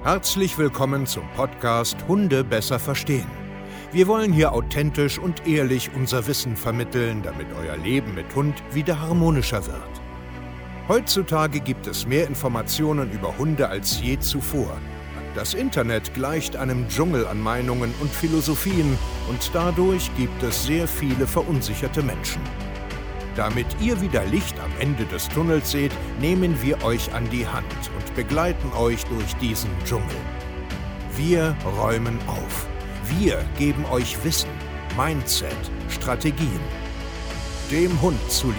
Herzlich willkommen zum Podcast Hunde besser verstehen. Wir wollen hier authentisch und ehrlich unser Wissen vermitteln, damit euer Leben mit Hund wieder harmonischer wird. Heutzutage gibt es mehr Informationen über Hunde als je zuvor. Das Internet gleicht einem Dschungel an Meinungen und Philosophien und dadurch gibt es sehr viele verunsicherte Menschen. Damit ihr wieder Licht am Ende des Tunnels seht, nehmen wir euch an die Hand und begleiten euch durch diesen Dschungel. Wir räumen auf. Wir geben euch Wissen, Mindset, Strategien. Dem Hund zuliebe.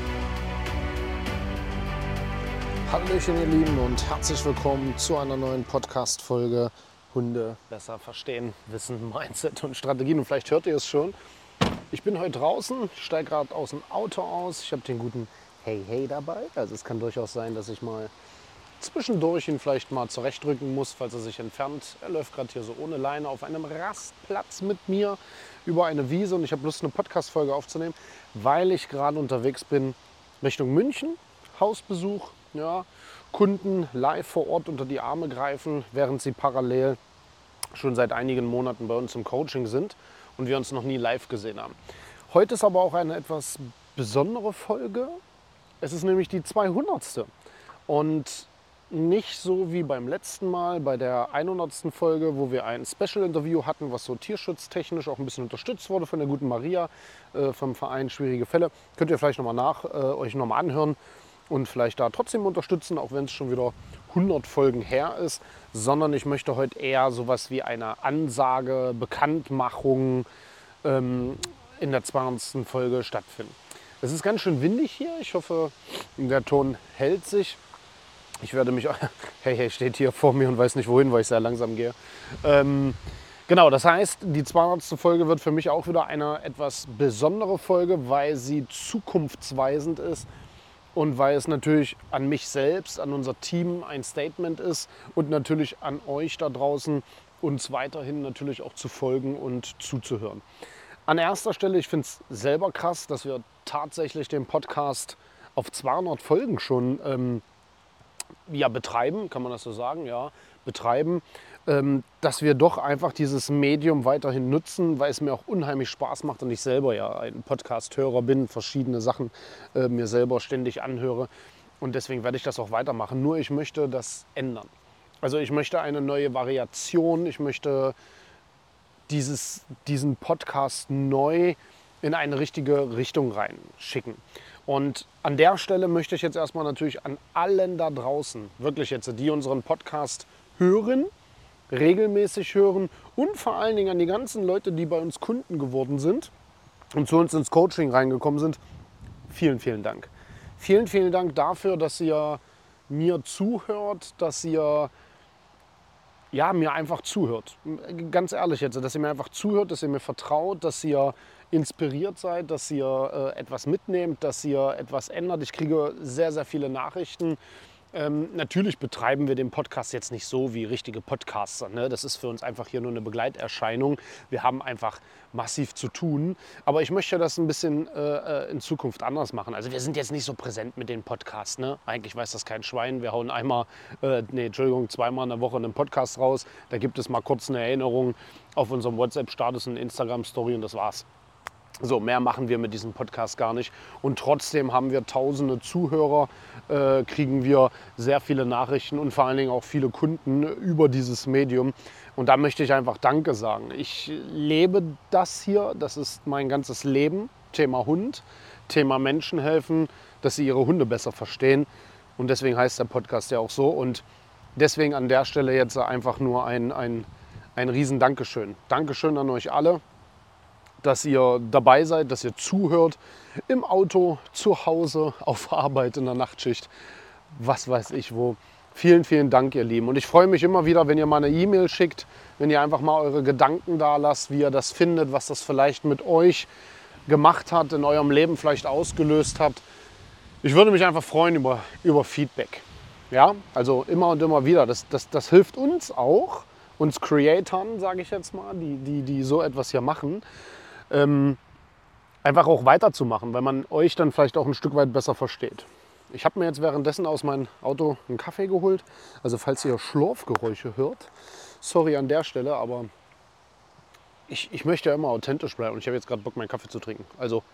Hallöchen ihr Lieben und herzlich willkommen zu einer neuen Podcast-Folge Hunde besser verstehen, Wissen, Mindset und Strategien. Und vielleicht hört ihr es schon. Ich bin heute draußen, steige gerade aus dem Auto aus. Ich habe den guten Hey dabei. Also es kann durchaus sein, dass ich mal zwischendurch ihn vielleicht mal zurechtrücken muss, falls er sich entfernt. Er läuft gerade hier so ohne Leine auf einem Rastplatz mit mir über eine Wiese und ich habe Lust, eine Podcast-Folge aufzunehmen, weil ich gerade unterwegs bin Richtung München, Hausbesuch, ja, Kunden live vor Ort unter die Arme greifen, während sie parallel schon seit einigen Monaten bei uns im Coaching sind und wir uns noch nie live gesehen haben. Heute ist aber auch eine etwas besondere Folge. Es ist nämlich die 200. Und nicht so wie beim letzten Mal, bei der 100. Folge, wo wir ein Special-Interview hatten, was so tierschutztechnisch auch ein bisschen unterstützt wurde von der guten Maria vom Verein Schwierige Fälle. Könnt ihr vielleicht nochmal euch nochmal anhören und vielleicht da trotzdem unterstützen, auch wenn es schon wieder 100 Folgen her ist. Sondern ich möchte heute eher sowas wie eine Ansage, Bekanntmachung in der 200. Folge stattfinden. Es ist ganz schön windig hier. Ich hoffe, der Ton hält sich. Ich werde mich... Hey steht hier vor mir und weiß nicht wohin, weil ich sehr langsam gehe. Genau, das heißt, die 200. Folge wird für mich auch wieder eine etwas besondere Folge, weil sie zukunftsweisend ist und weil es natürlich an mich selbst, an unser Team ein Statement ist und natürlich an euch da draußen, uns weiterhin natürlich auch zu folgen und zuzuhören. An erster Stelle, ich finde es selber krass, dass wir tatsächlich den Podcast auf 200 Folgen schon betreiben, kann man das so sagen, ja, betreiben, dass wir doch einfach dieses Medium weiterhin nutzen, weil es mir auch unheimlich Spaß macht und ich selber ja ein Podcast-Hörer bin, verschiedene Sachen mir selber ständig anhöre und deswegen werde ich das auch weitermachen. Nur ich möchte das ändern. Also ich möchte eine neue Variation, ich möchte diesen Podcast neu in eine richtige Richtung reinschicken. Und an der Stelle möchte ich jetzt erstmal natürlich an allen da draußen, wirklich jetzt, die unseren Podcast hören, regelmäßig hören und vor allen Dingen an die ganzen Leute, die bei uns Kunden geworden sind und zu uns ins Coaching reingekommen sind, vielen, vielen Dank. Vielen, vielen Dank dafür, dass ihr mir zuhört, dass ihr mir einfach zuhört. Ganz ehrlich jetzt, dass ihr mir einfach zuhört, dass ihr mir vertraut, dass ihr inspiriert seid, dass ihr etwas mitnehmt, dass ihr etwas ändert. Ich kriege sehr, sehr viele Nachrichten. Natürlich betreiben wir den Podcast jetzt nicht so wie richtige Podcaster, ne? Das ist für uns einfach hier nur eine Begleiterscheinung. Wir haben einfach massiv zu tun. Aber ich möchte das ein bisschen in Zukunft anders machen. Also wir sind jetzt nicht so präsent mit den Podcasts. Ne? Eigentlich weiß das kein Schwein. Wir hauen zweimal in der Woche einen Podcast raus. Da gibt es mal kurz eine Erinnerung auf unserem WhatsApp-Status und Instagram-Story und das war's. So, mehr machen wir mit diesem Podcast gar nicht. Und trotzdem haben wir tausende Zuhörer, kriegen wir sehr viele Nachrichten und vor allen Dingen auch viele Kunden über dieses Medium. Und da möchte ich einfach Danke sagen. Ich lebe das hier, das ist mein ganzes Leben. Thema Hund, Thema Menschen helfen, dass sie ihre Hunde besser verstehen. Und deswegen heißt der Podcast ja auch so. Und deswegen an der Stelle jetzt einfach nur ein riesen Dankeschön. Dankeschön an euch alle, dass ihr dabei seid, dass ihr zuhört, im Auto, zu Hause, auf Arbeit, in der Nachtschicht, was weiß ich wo. Vielen, vielen Dank, ihr Lieben. Und ich freue mich immer wieder, wenn ihr mal eine E-Mail schickt, wenn ihr einfach mal eure Gedanken da lasst, wie ihr das findet, was das vielleicht mit euch gemacht hat, in eurem Leben vielleicht ausgelöst hat. Ich würde mich einfach freuen über Feedback. Ja, also immer und immer wieder. Das hilft uns auch, uns Creatoren, sage ich jetzt mal, die so etwas hier machen, einfach auch weiterzumachen, weil man euch dann vielleicht auch ein Stück weit besser versteht. Ich habe mir jetzt währenddessen aus meinem Auto einen Kaffee geholt. Also falls ihr Schlurfgeräusche hört, sorry an der Stelle, aber ich möchte ja immer authentisch bleiben und ich habe jetzt gerade Bock, meinen Kaffee zu trinken. Also,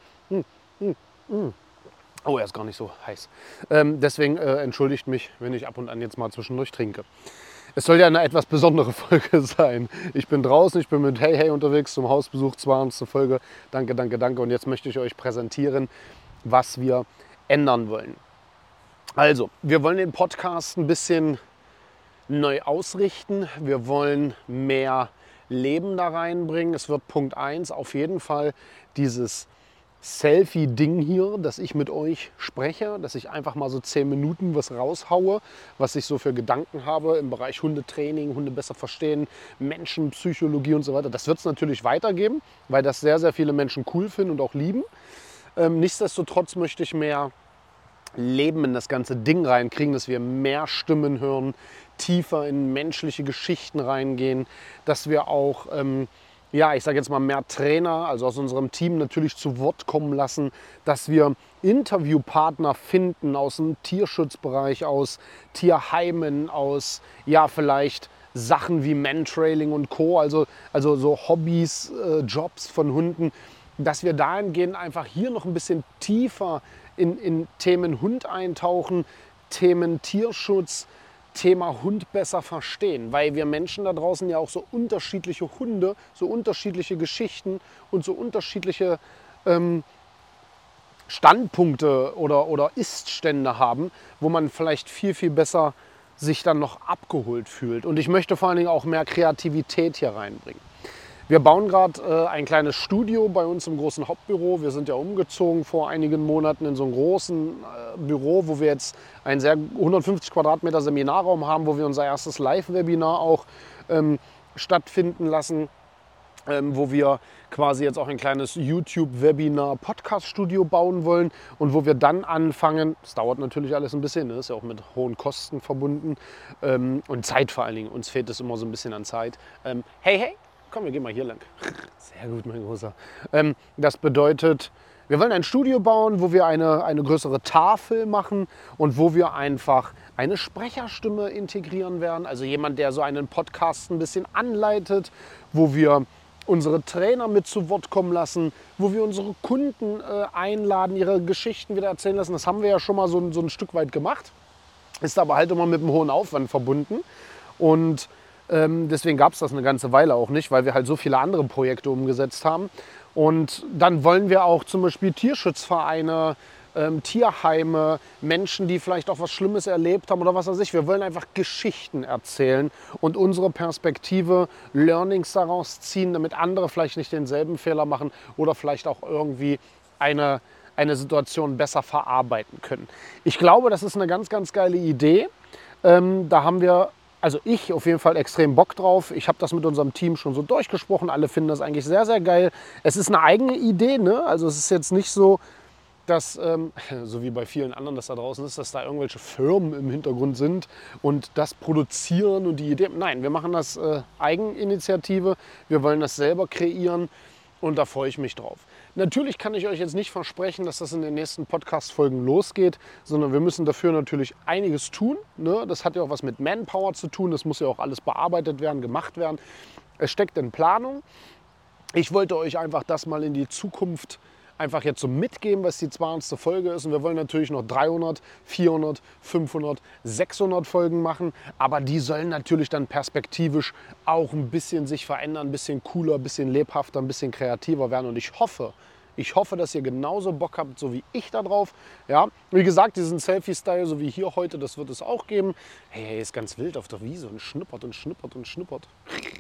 oh, er ist gar nicht so heiß. Deswegen entschuldigt mich, wenn ich ab und an jetzt mal zwischendurch trinke. Es soll ja eine etwas besondere Folge sein. Ich bin draußen, ich bin mit Hey Hey unterwegs zum Hausbesuch, 200. Folge. Danke, danke, danke. Und jetzt möchte ich euch präsentieren, was wir ändern wollen. Also, wir wollen den Podcast ein bisschen neu ausrichten. Wir wollen mehr Leben da reinbringen. Es wird Punkt 1 auf jeden Fall dieses Selfie-Ding hier, dass ich mit euch spreche, dass ich einfach mal so 10 Minuten was raushaue, was ich so für Gedanken habe im Bereich Hundetraining, Hunde besser verstehen, Menschenpsychologie und so weiter. Das wird es natürlich weitergeben, weil das sehr, sehr viele Menschen cool finden und auch lieben. Nichtsdestotrotz möchte ich mehr Leben in das ganze Ding reinkriegen, dass wir mehr Stimmen hören, tiefer in menschliche Geschichten reingehen, dass wir auch, ich sage jetzt mal mehr Trainer, also aus unserem Team natürlich zu Wort kommen lassen, dass wir Interviewpartner finden aus dem Tierschutzbereich, aus Tierheimen, aus vielleicht Sachen wie Mantrailing und Co., also so Hobbys, Jobs von Hunden, dass wir dahingehend einfach hier noch ein bisschen tiefer in Themen Hund eintauchen, Themen Tierschutz, Thema Hund besser verstehen, weil wir Menschen da draußen ja auch so unterschiedliche Hunde, so unterschiedliche Geschichten und so unterschiedliche Standpunkte oder Iststände haben, wo man vielleicht viel, viel besser sich dann noch abgeholt fühlt. Und ich möchte vor allen Dingen auch mehr Kreativität hier reinbringen. Wir bauen gerade ein kleines Studio bei uns im großen Hauptbüro. Wir sind ja umgezogen vor einigen Monaten in so einem großen Büro, wo wir jetzt einen 150 Quadratmeter Seminarraum haben, wo wir unser erstes Live-Webinar auch stattfinden lassen, wo wir quasi jetzt auch ein kleines YouTube-Webinar-Podcast-Studio bauen wollen und wo wir dann anfangen, das dauert natürlich alles ein bisschen, ist ja auch mit hohen Kosten verbunden und Zeit vor allen Dingen, uns fehlt es immer so ein bisschen an Zeit. Hey! Komm, wir gehen mal hier lang. Sehr gut, mein Großer. Das bedeutet, wir wollen ein Studio bauen, wo wir eine größere Tafel machen und wo wir einfach eine Sprecherstimme integrieren werden. Also jemand, der so einen Podcast ein bisschen anleitet, wo wir unsere Trainer mit zu Wort kommen lassen, wo wir unsere Kunden einladen, ihre Geschichten wieder erzählen lassen. Das haben wir ja schon mal so ein Stück weit gemacht. Ist aber halt immer mit einem hohen Aufwand verbunden. Und deswegen gab es das eine ganze Weile auch nicht, weil wir halt so viele andere Projekte umgesetzt haben. Und dann wollen wir auch zum Beispiel Tierschutzvereine, Tierheime, Menschen, die vielleicht auch was Schlimmes erlebt haben oder was weiß ich. Wir wollen einfach Geschichten erzählen und unsere Perspektive, Learnings daraus ziehen, damit andere vielleicht nicht denselben Fehler machen oder vielleicht auch irgendwie eine Situation besser verarbeiten können. Ich glaube, das ist eine ganz, ganz geile Idee. Da haben wir ich auf jeden Fall extrem Bock drauf. Ich habe das mit unserem Team schon so durchgesprochen. Alle finden das eigentlich sehr, sehr geil. Es ist eine eigene Idee, ne? Also es ist jetzt nicht so, dass, so wie bei vielen anderen das da draußen ist, dass da irgendwelche Firmen im Hintergrund sind und das produzieren und die Idee. Nein, wir machen das Eigeninitiative. Wir wollen das selber kreieren und da freue ich mich drauf. Natürlich kann ich euch jetzt nicht versprechen, dass das in den nächsten Podcast-Folgen losgeht, sondern wir müssen dafür natürlich einiges tun. Ne? Das hat ja auch was mit Manpower zu tun. Das muss ja auch alles bearbeitet werden, gemacht werden. Es steckt in Planung. Ich wollte euch einfach das mal in die Zukunft einfach jetzt so mitgeben, was die 200. Folge ist. Und wir wollen natürlich noch 300, 400, 500, 600 Folgen machen. Aber die sollen natürlich dann perspektivisch auch ein bisschen sich verändern, ein bisschen cooler, ein bisschen lebhafter, ein bisschen kreativer werden. Und ich hoffe, dass ihr genauso Bock habt, so wie ich da drauf. Ja, wie gesagt, diesen Selfie-Style, so wie hier heute, das wird es auch geben. Hey, ist ganz wild auf der Wiese und schnuppert und schnuppert und schnuppert.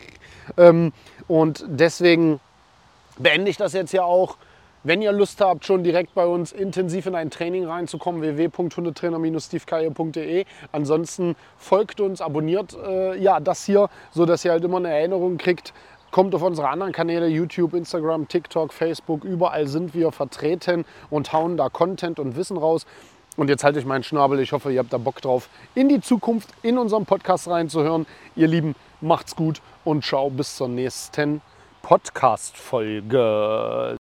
Und deswegen beende ich das jetzt ja auch. Wenn ihr Lust habt, schon direkt bei uns intensiv in ein Training reinzukommen, www.hundetrainer-stevekaye.de. Ansonsten folgt uns, abonniert das hier, sodass ihr halt immer eine Erinnerung kriegt. Kommt auf unsere anderen Kanäle, YouTube, Instagram, TikTok, Facebook, überall sind wir vertreten und hauen da Content und Wissen raus. Und jetzt halte ich meinen Schnabel. Ich hoffe, ihr habt da Bock drauf, in die Zukunft, in unseren Podcast reinzuhören. Ihr Lieben, macht's gut und ciao, bis zur nächsten Podcast-Folge.